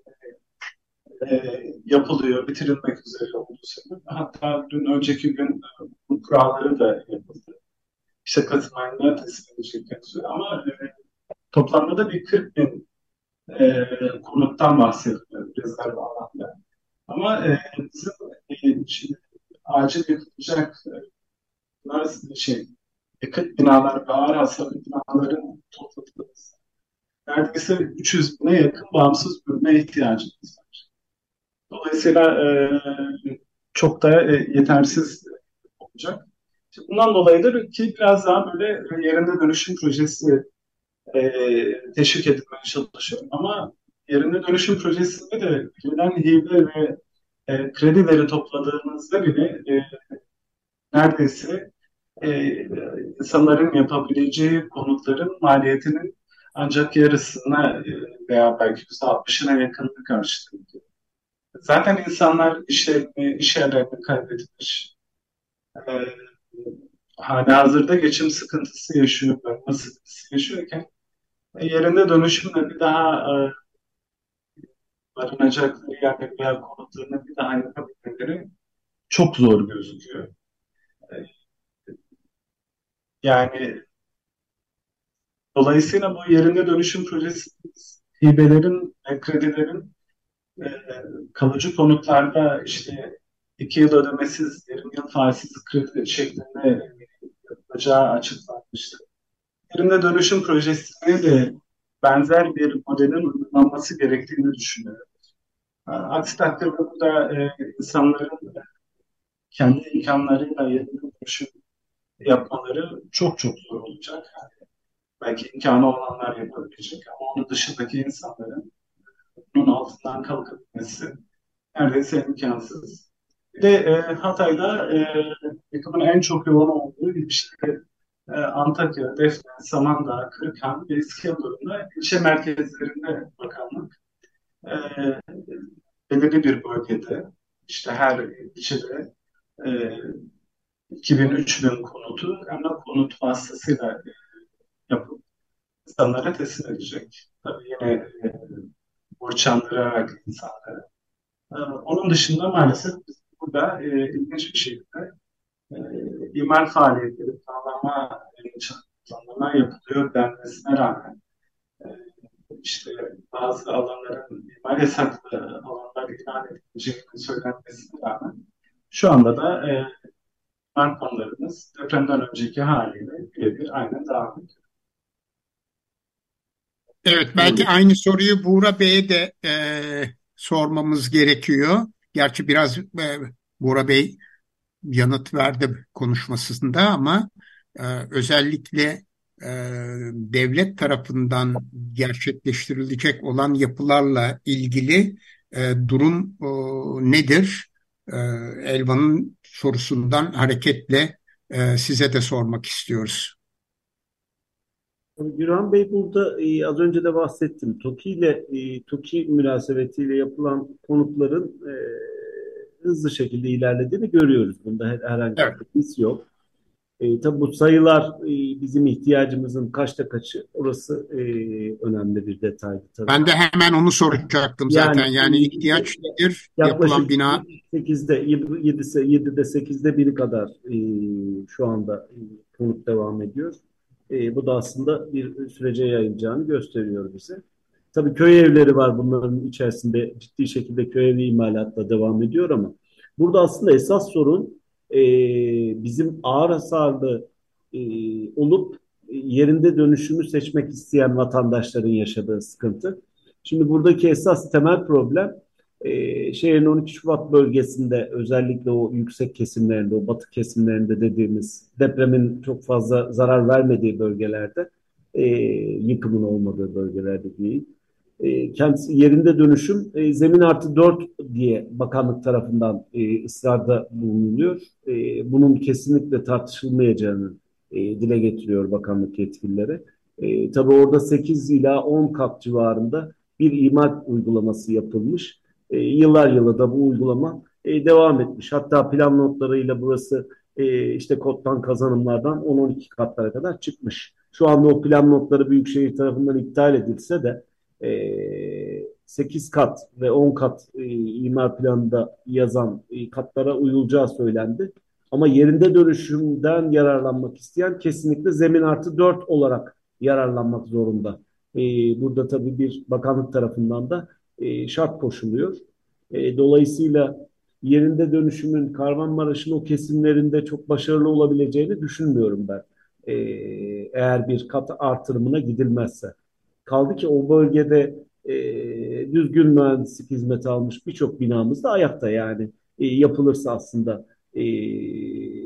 yapılıyor, bitirilmek üzere olduğu söyleniyor. Hatta dün önceki gün bu kuralları da yapıldı. İşte Kasım ayında teslim edilecek üzere. Ama toplamda da bir 40 bin konuttan bahsediliyor rezerv alanda. Ama bizim şimdi acil yapılacak yakıt binalar ve ağır hasarlı binaların topladığımız neredeyse 300 bine yakın bağımsız bölüme ihtiyacımız var. Dolayısıyla çok da yetersiz olacak. İşte bundan dolayıdır ki biraz daha böyle yerinde dönüşüm projesi teşvik edilmeye çalışıyorum. Ama yerinde dönüşüm projesinde de gelen hibe ve kredileri topladığımızda bile neredeyse e, insanların yapabileceği konutların maliyetinin ancak yarısına veya belki %60'ına yakınını karşılıyor. Zaten insanlar işlerini, iş yerlerini kaybetmiş. E, Halihazırda geçim sıkıntısı yaşıyor, barınma sıkıntısı yaşıyorken yerinde dönüşümle bir daha barınacakları yerleri veya konutlarını bir daha yapabilmeleri çok zor gözüküyor. E, Yani dolayısıyla bu yerinde dönüşüm projesi hibelerin, kredilerin e, kalıcı konutlarda işte 2 yıl ödemesiz, 20 yıl faizsiz kredi şeklinde yapılacağı açıklanmıştı. Yerinde dönüşüm projesine de benzer bir modelin uygulanması gerektiğini düşünüyorum. Aksi takdirde bu da insanların kendi imkanlarıyla yerinde dönüşüm yapmaları çok çok zor olacak. Belki imkanı olanlar yapabilecek ama onun dışındaki insanların bunun altından kalkabilmesi neredeyse imkansız. Bir de Hatay'da yıkımın en çok yoğun olduğu işte Antakya, Defne, Samandağ, Kırıkhan ve İskenderun'da ilçe merkezlerinde bakanlık e, belirli bir bölgede işte her ilçede e, 2000-3000 konutu emlak konut vasıtasıyla yapıp insanlara teslim edecek. Tabii yine borçlandırarak insanları. Onun dışında maalesef biz burada ilginç bir şekilde e, imar faaliyetleri, planlama yapılıyor denmesine rağmen e, işte bazı alanların imar yasaklı alanlar ilan edileceğini söylenmesine rağmen şu anda da imar konularımız depremden önceki haliyle birebir aynen devam ediyor.
Evet, belki aynı soruyu Buğra Bey'e de sormamız gerekiyor. Gerçi biraz Buğra Bey yanıt verdi konuşmasında ama özellikle e, devlet tarafından gerçekleştirilecek olan yapılarla ilgili durum nedir? E, Elvan'ın sorusundan hareketle size de sormak istiyoruz.
Gürhan Bey burada az önce de bahsettim. TOKİ münasebetiyle yapılan konutların hızlı şekilde ilerlediğini görüyoruz. Bunda herhangi
Evet.
bir his yok. Tabii bu sayılar bizim ihtiyacımızın kaçta kaçı orası önemli bir detaydı tabii.
Ben de hemen onu soracaktım zaten. Yani ihtiyaç nedir? Yapılan
yaklaşık
bina
7'de 8'de biri kadar şu anda konut devam ediyor. Bu da aslında bir sürece yayılacağını gösteriyor bize. Tabii köy evleri var bunların içerisinde ciddi şekilde köy evi imalatla devam ediyor ama burada aslında esas sorun e, bizim ağır hasarlı e, olup yerinde dönüşümü seçmek isteyen vatandaşların yaşadığı sıkıntı. Şimdi buradaki esas temel problem şehrin 12 Şubat bölgesinde özellikle o yüksek kesimlerinde, o batı kesimlerinde dediğimiz depremin çok fazla zarar vermediği bölgelerde, yıkımın olmadığı bölgelerde değil. Kendisi yerinde dönüşüm zemin artı 4 diye bakanlık tarafından ısrarda bulunuyor. Bunun kesinlikle tartışılmayacağını dile getiriyor bakanlık yetkilileri. Tabii orada 8 ila 10 kat civarında bir imar uygulaması yapılmış. Yıllar yılı da bu uygulama devam etmiş. Hatta plan notlarıyla burası işte koddan kazanımlardan 10-12 katlara kadar çıkmış. Şu anda o plan notları Büyükşehir tarafından iptal edilse de 8 kat ve 10 kat imar planında yazan katlara uyulacağı söylendi. Ama yerinde dönüşümden yararlanmak isteyen kesinlikle zemin artı 4 olarak yararlanmak zorunda. Burada tabii bir bakanlık tarafından da şart koşuluyor. Dolayısıyla yerinde dönüşümün Kahramanmaraş'ın o kesimlerinde çok başarılı olabileceğini düşünmüyorum ben. E, Eğer bir kat artırımına gidilmezse. Kaldı ki o bölgede düzgün mühendislik hizmeti almış birçok binamız da ayakta yani yapılırsa aslında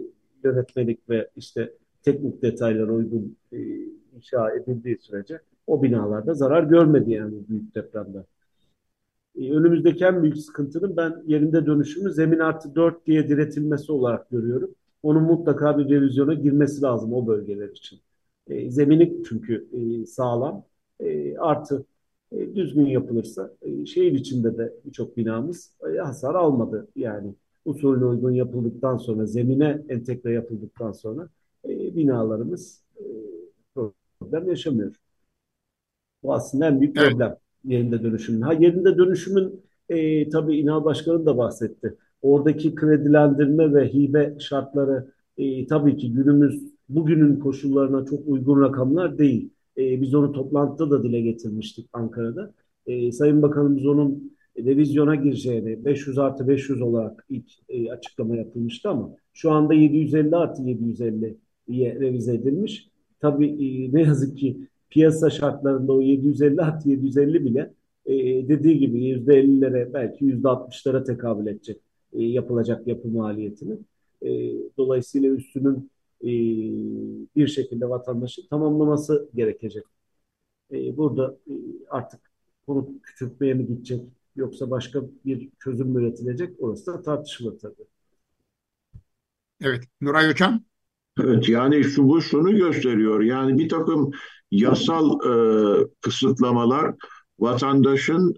yönetmelik ve işte teknik detaylara uygun inşa edildiği sürece o binalarda zarar görmedi yani büyük depremde. Önümüzdeki en büyük sıkıntının ben yerinde dönüşümü zemin artı 4 diye diretilmesi olarak görüyorum. Onun mutlaka bir revizyona girmesi lazım o bölgeler için. Zemini çünkü sağlam. Artı düzgün yapılırsa şehir içinde de birçok binamız hasar almadı. Yani usulüne uygun yapıldıktan sonra, zemine entegre yapıldıktan sonra binalarımız problem yaşamıyor. Bu aslında en büyük
Evet.
problem yerinde dönüşümün. Ha yerinde dönüşümün tabii İnal Başkanım da bahsetti. Oradaki kredilendirme ve hibe şartları tabii ki bugünün koşullarına çok uygun rakamlar değil. Biz onu toplantıda da dile getirmiştik Ankara'da. Sayın Bakanımız onun revizyona gireceğini 500 artı 500 olarak ilk açıklama yapılmıştı ama şu anda 750 artı 750'ye revize edilmiş. Tabii ne yazık ki piyasa şartlarında o 750 artı 750 bile dediği gibi %50'lere belki %60'lara tekabül edecek yapılacak yapı maliyetini. Dolayısıyla üstünün bir şekilde vatandaşın tamamlaması gerekecek. Burada artık konu küçültmeye mi gidecek yoksa başka bir çözüm mü üretilecek orası da tartışılır tabii.
Evet. Nuray Hocam.
Evet, yani bu şunu gösteriyor. Yani bir takım yasal kısıtlamalar vatandaşın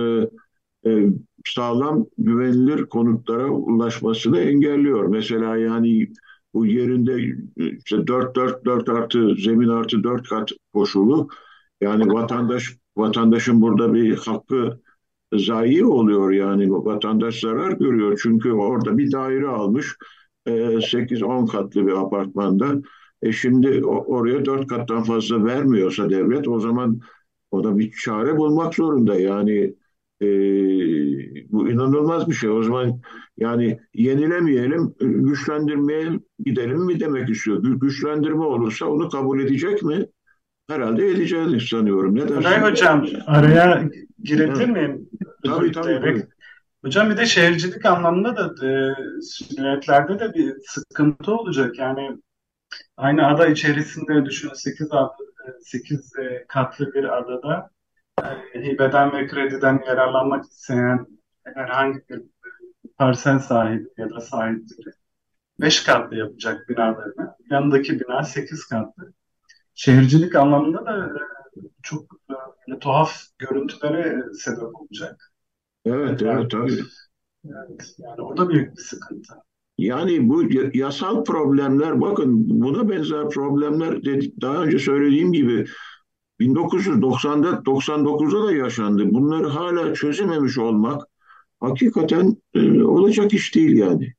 sağlam, güvenilir konutlara ulaşmasını engelliyor. Mesela yani bu yerinde işte 4 artı zemin artı 4 kat koşulu, yani vatandaşın burada bir hakkı zayi oluyor, yani vatandaş zarar görüyor çünkü orada bir daire almış 8-10 katlı bir apartmanda. Şimdi oraya 4 kattan fazla vermiyorsa devlet, o zaman o da bir çare bulmak zorunda. Yani e, bu inanılmaz bir şey. O zaman yani yenilemeyelim, güçlendirmeye gidelim mi demek istiyor. Güçlendirme olursa onu kabul edecek mi? Herhalde edeceğini sanıyorum. Ne
Nuray
dersin?
Hocam, araya girebilir
Evet.
miyim?
Tabii
Özür
tabii,
dileyerek.
buyurun.
Hocam bir de şehircilik anlamında da sineretlerde de bir sıkıntı olacak. Yani aynı ada içerisinde düşünün 8 katlı bir adada hibeden ve krediden yararlanmak isteyen herhangi bir parsel sahibi ya da sahipleri 5 katlı yapacak binalarını. Yanındaki bina 8 katlı. Şehircilik anlamında da çok böyle tuhaf görüntülere sebep olacak.
Evet,
Yani,
evet, tabii.
yani o da büyük bir sıkıntı.
Yani bu yasal problemler, bakın buna benzer problemler daha önce söylediğim gibi 1990'da 99'da da yaşandı. Bunları hala çözememiş olmak hakikaten olacak iş değil yani.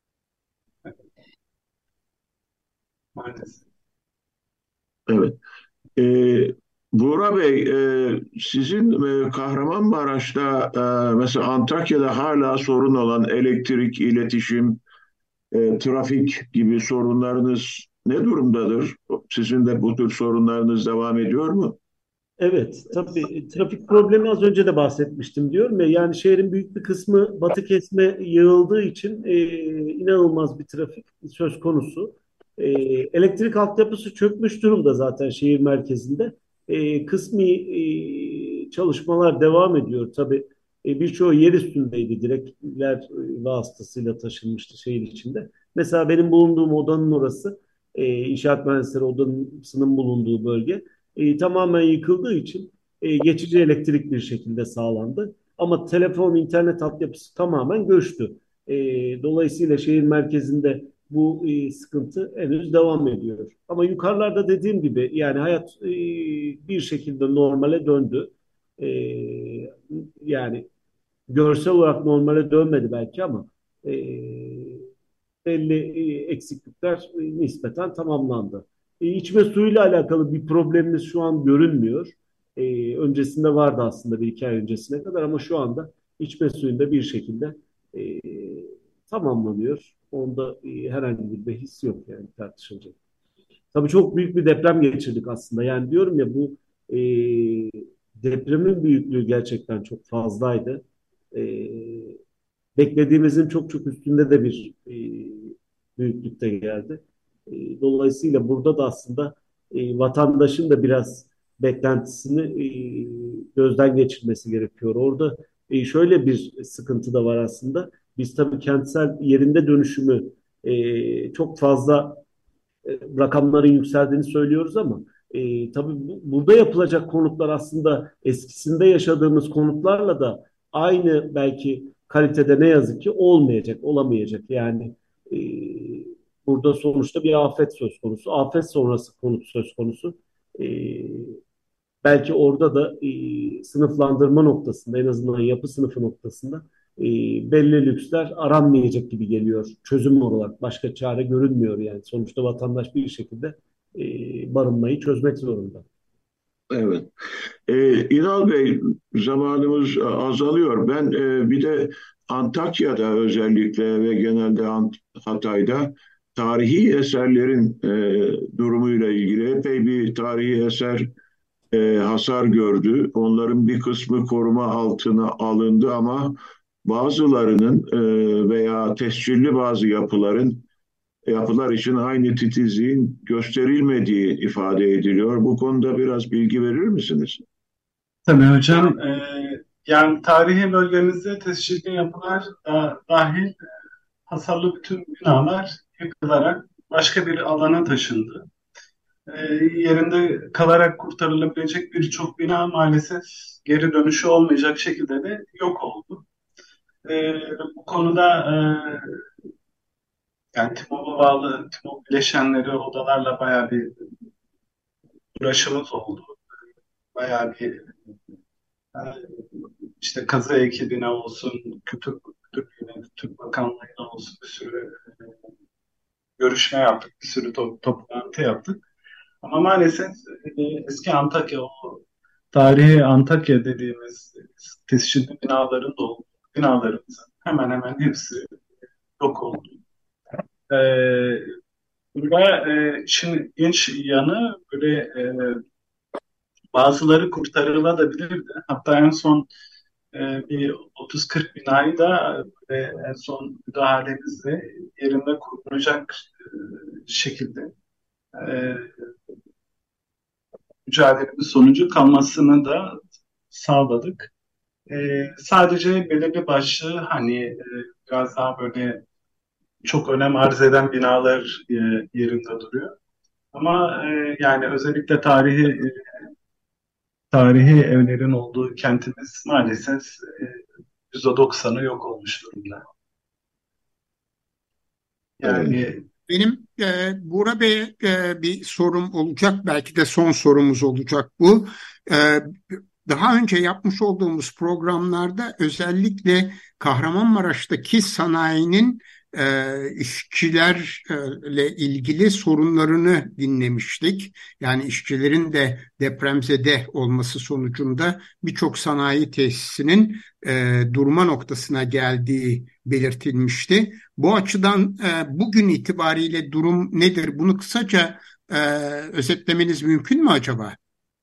Maalesef.
Evet. E, Buğra Bey, sizin Kahramanmaraş'ta mesela Antakya'da hala sorun olan elektrik, iletişim, trafik gibi sorunlarınız ne durumdadır? Sizin de bu tür sorunlarınız devam ediyor mu?
Evet, tabii trafik problemi az önce de bahsetmiştim diyorum ya. Yani şehrin büyük bir kısmı batı kesme yığıldığı için inanılmaz bir trafik söz konusu. Elektrik altyapısı çökmüş durumda zaten şehir merkezinde. Kısmi çalışmalar devam ediyor. Tabii birçoğu yer üstündeydi. Direkler vasıtasıyla taşınmıştı şehir içinde. Mesela benim bulunduğum odanın orası, İnşaat Mühendisleri Odası'nın bulunduğu bölge tamamen yıkıldığı için geçici elektrik bir şekilde sağlandı. Ama telefon, internet altyapısı tamamen göçtü. E, Dolayısıyla şehir merkezinde bu sıkıntı henüz devam ediyor. Ama yukarılarda dediğim gibi yani hayat bir şekilde normale döndü. E, Yani görsel olarak normale dönmedi belki ama e, belli eksiklikler nispeten tamamlandı. İçme suyuyla alakalı bir problemimiz şu an görünmüyor. Öncesinde vardı aslında bir iki ay öncesine kadar ama şu anda içme suyunda bir şekilde e, tamamlanıyor. Onda herhangi bir behis yok yani tartışılacak. Tabii çok büyük bir deprem geçirdik aslında. Yani diyorum ya bu e, depremin büyüklüğü gerçekten çok fazlaydı. E, Beklediğimizin çok çok üstünde de bir büyüklükte geldi. Dolayısıyla burada da aslında vatandaşın da biraz beklentisini gözden geçirmesi gerekiyor. Orada şöyle bir sıkıntı da var aslında. Biz tabii kentsel yerinde dönüşümü çok fazla rakamların yükseldiğini söylüyoruz ama tabii burada yapılacak konutlar aslında eskisinde yaşadığımız konutlarla da aynı belki kalitede ne yazık ki olmayacak, olamayacak. Yani e, burada sonuçta bir afet söz konusu. Afet sonrası konut söz konusu. E, Belki orada da sınıflandırma noktasında en azından yapı sınıfı noktasında e, belli lüksler aranmayacak gibi geliyor çözüm olarak. Başka çare görünmüyor yani. Sonuçta vatandaş bir şekilde barınmayı çözmek zorunda.
Evet. İnal Bey, zamanımız azalıyor. Ben bir de Antakya'da özellikle ve genelde Hatay'da tarihi eserlerin durumuyla ilgili epey bir tarihi eser hasar gördü. Onların bir kısmı koruma altına alındı ama bazılarının veya tescilli bazı yapılar için aynı titizliğin gösterilmediği ifade ediliyor. Bu konuda biraz bilgi verir misiniz?
Tabii hocam, yani tarihi bölgemizde tescilli yapılar dahil hasarlı bütün binalar yıkılarak başka bir alana taşındı. Yerinde kalarak kurtarılabilecek birçok bina maalesef geri dönüşü olmayacak şekilde de yok oldu. Bu konuda yani TİMOB'a bağlı TİMOB bileşenleri odalarla bayağı bir uğraşımız oldu. Bayağı bir yani işte kazı ekibine olsun, Kültür Türk Bakanlığı'na olsun bir sürü görüşme yaptık, bir sürü toplantı yaptık. Ama maalesef eski Antakya, o tarihi Antakya dediğimiz tescilli binaların da olduğu binalarımızın hemen hemen hepsi yok oldu. Ee, Şimdi genç yanı böyle bazıları kurtarılabilirdi. Hatta en son bir 30-40 binayı da en son müdahalemizle yerinde korunacak şekilde e, mücadelemiz sonucu kalmasını da sağladık. Sadece belirli başlı hani biraz daha böyle çok önem arz eden binalar yerinde duruyor. Ama yani özellikle tarihi evlerin olduğu kentimiz maalesef %90'ı yok olmuş durumda.
Evet.
Yani
Benim Buğra Bey'e bir sorum olacak. Belki de son sorumuz olacak bu. E, Daha önce yapmış olduğumuz programlarda özellikle Kahramanmaraş'taki sanayinin işçilerle ilgili sorunlarını dinlemiştik. Yani işçilerin de depremzede olması sonucunda birçok sanayi tesisinin durma noktasına geldiği belirtilmişti. Bu açıdan bugün itibariyle durum nedir? Bunu kısaca özetlemeniz mümkün mü acaba?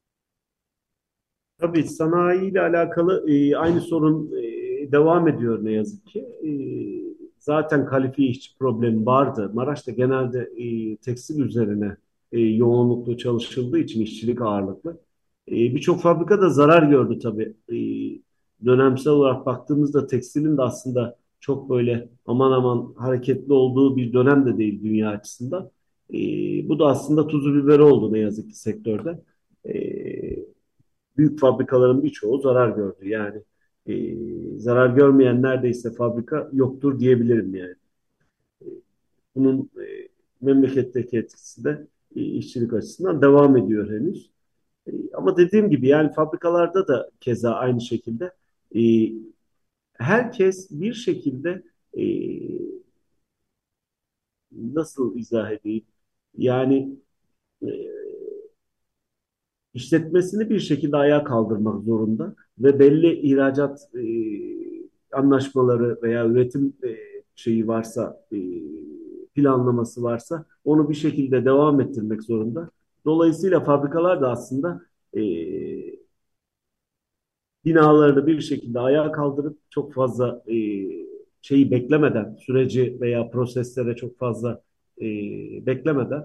Tabii sanayi ile alakalı aynı sorun devam ediyor ne yazık ki. Zaten kalifiye işçi problemi vardı. Maraş'ta genelde tekstil üzerine yoğunluklu çalışıldığı için işçilik ağırlıklı. Birçok fabrika da zarar gördü tabii. Dönemsel olarak baktığımızda tekstilin de aslında çok böyle aman aman hareketli olduğu bir dönem de değil dünya açısından. Bu da aslında tuzu biberi oldu ne yazık ki sektörde. E, Büyük fabrikaların birçoğu zarar gördü. Yani zarar görmeyen neredeyse fabrika yoktur diyebilirim yani. Bunun memleketteki etkisi de işçilik açısından devam ediyor henüz. Ama dediğim gibi yani fabrikalarda da keza aynı şekilde e, herkes bir şekilde e, nasıl izah edeyim? Yani e, işletmesini bir şekilde ayağa kaldırmak zorunda ve belli ihracat anlaşmaları veya üretim şeyi varsa, planlaması varsa onu bir şekilde devam ettirmek zorunda. Dolayısıyla fabrikalar da aslında e, binalarını bir şekilde ayağa kaldırıp çok fazla şeyi beklemeden, süreci veya proseslere çok fazla beklemeden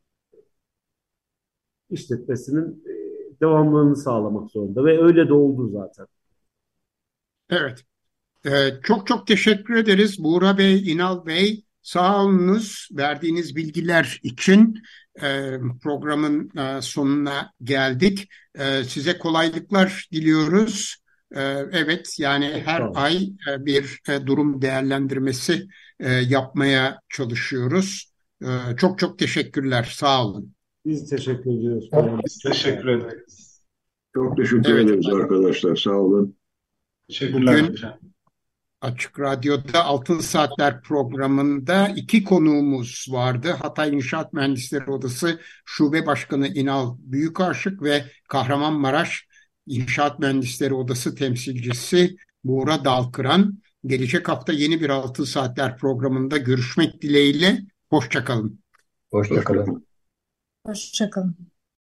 işletmesinin devamlılığını sağlamak zorunda ve öyle de oldu zaten.
Evet. Çok çok teşekkür ederiz Buğra Bey, İnal Bey. Sağ olunuz verdiğiniz bilgiler için. Programın sonuna geldik. Size kolaylıklar diliyoruz. Evet, yani
Çok
her
sağ olun.
ay bir durum değerlendirmesi yapmaya çalışıyoruz. Çok çok teşekkürler. Sağ olun.
Biz teşekkür ediyoruz.
Biz teşekkür ederiz.
Çok teşekkür
Evet,
ederiz arkadaşlar. Sağ olun.
Teşekkürler
bugün
hocam.
Açık Radyo'da Altın Saatler programında iki konuğumuz vardı. Hatay İnşaat Mühendisleri Odası Şube Başkanı İnal Büyükaşık ve Kahramanmaraş İnşaat Mühendisleri Odası temsilcisi Buğra Dalkıran. Gelecek hafta yeni bir Altın Saatler programında görüşmek dileğiyle. Hoşça kalın.
Hoşça
Hoşça
kalın.
kalın.
Hoşça kalın.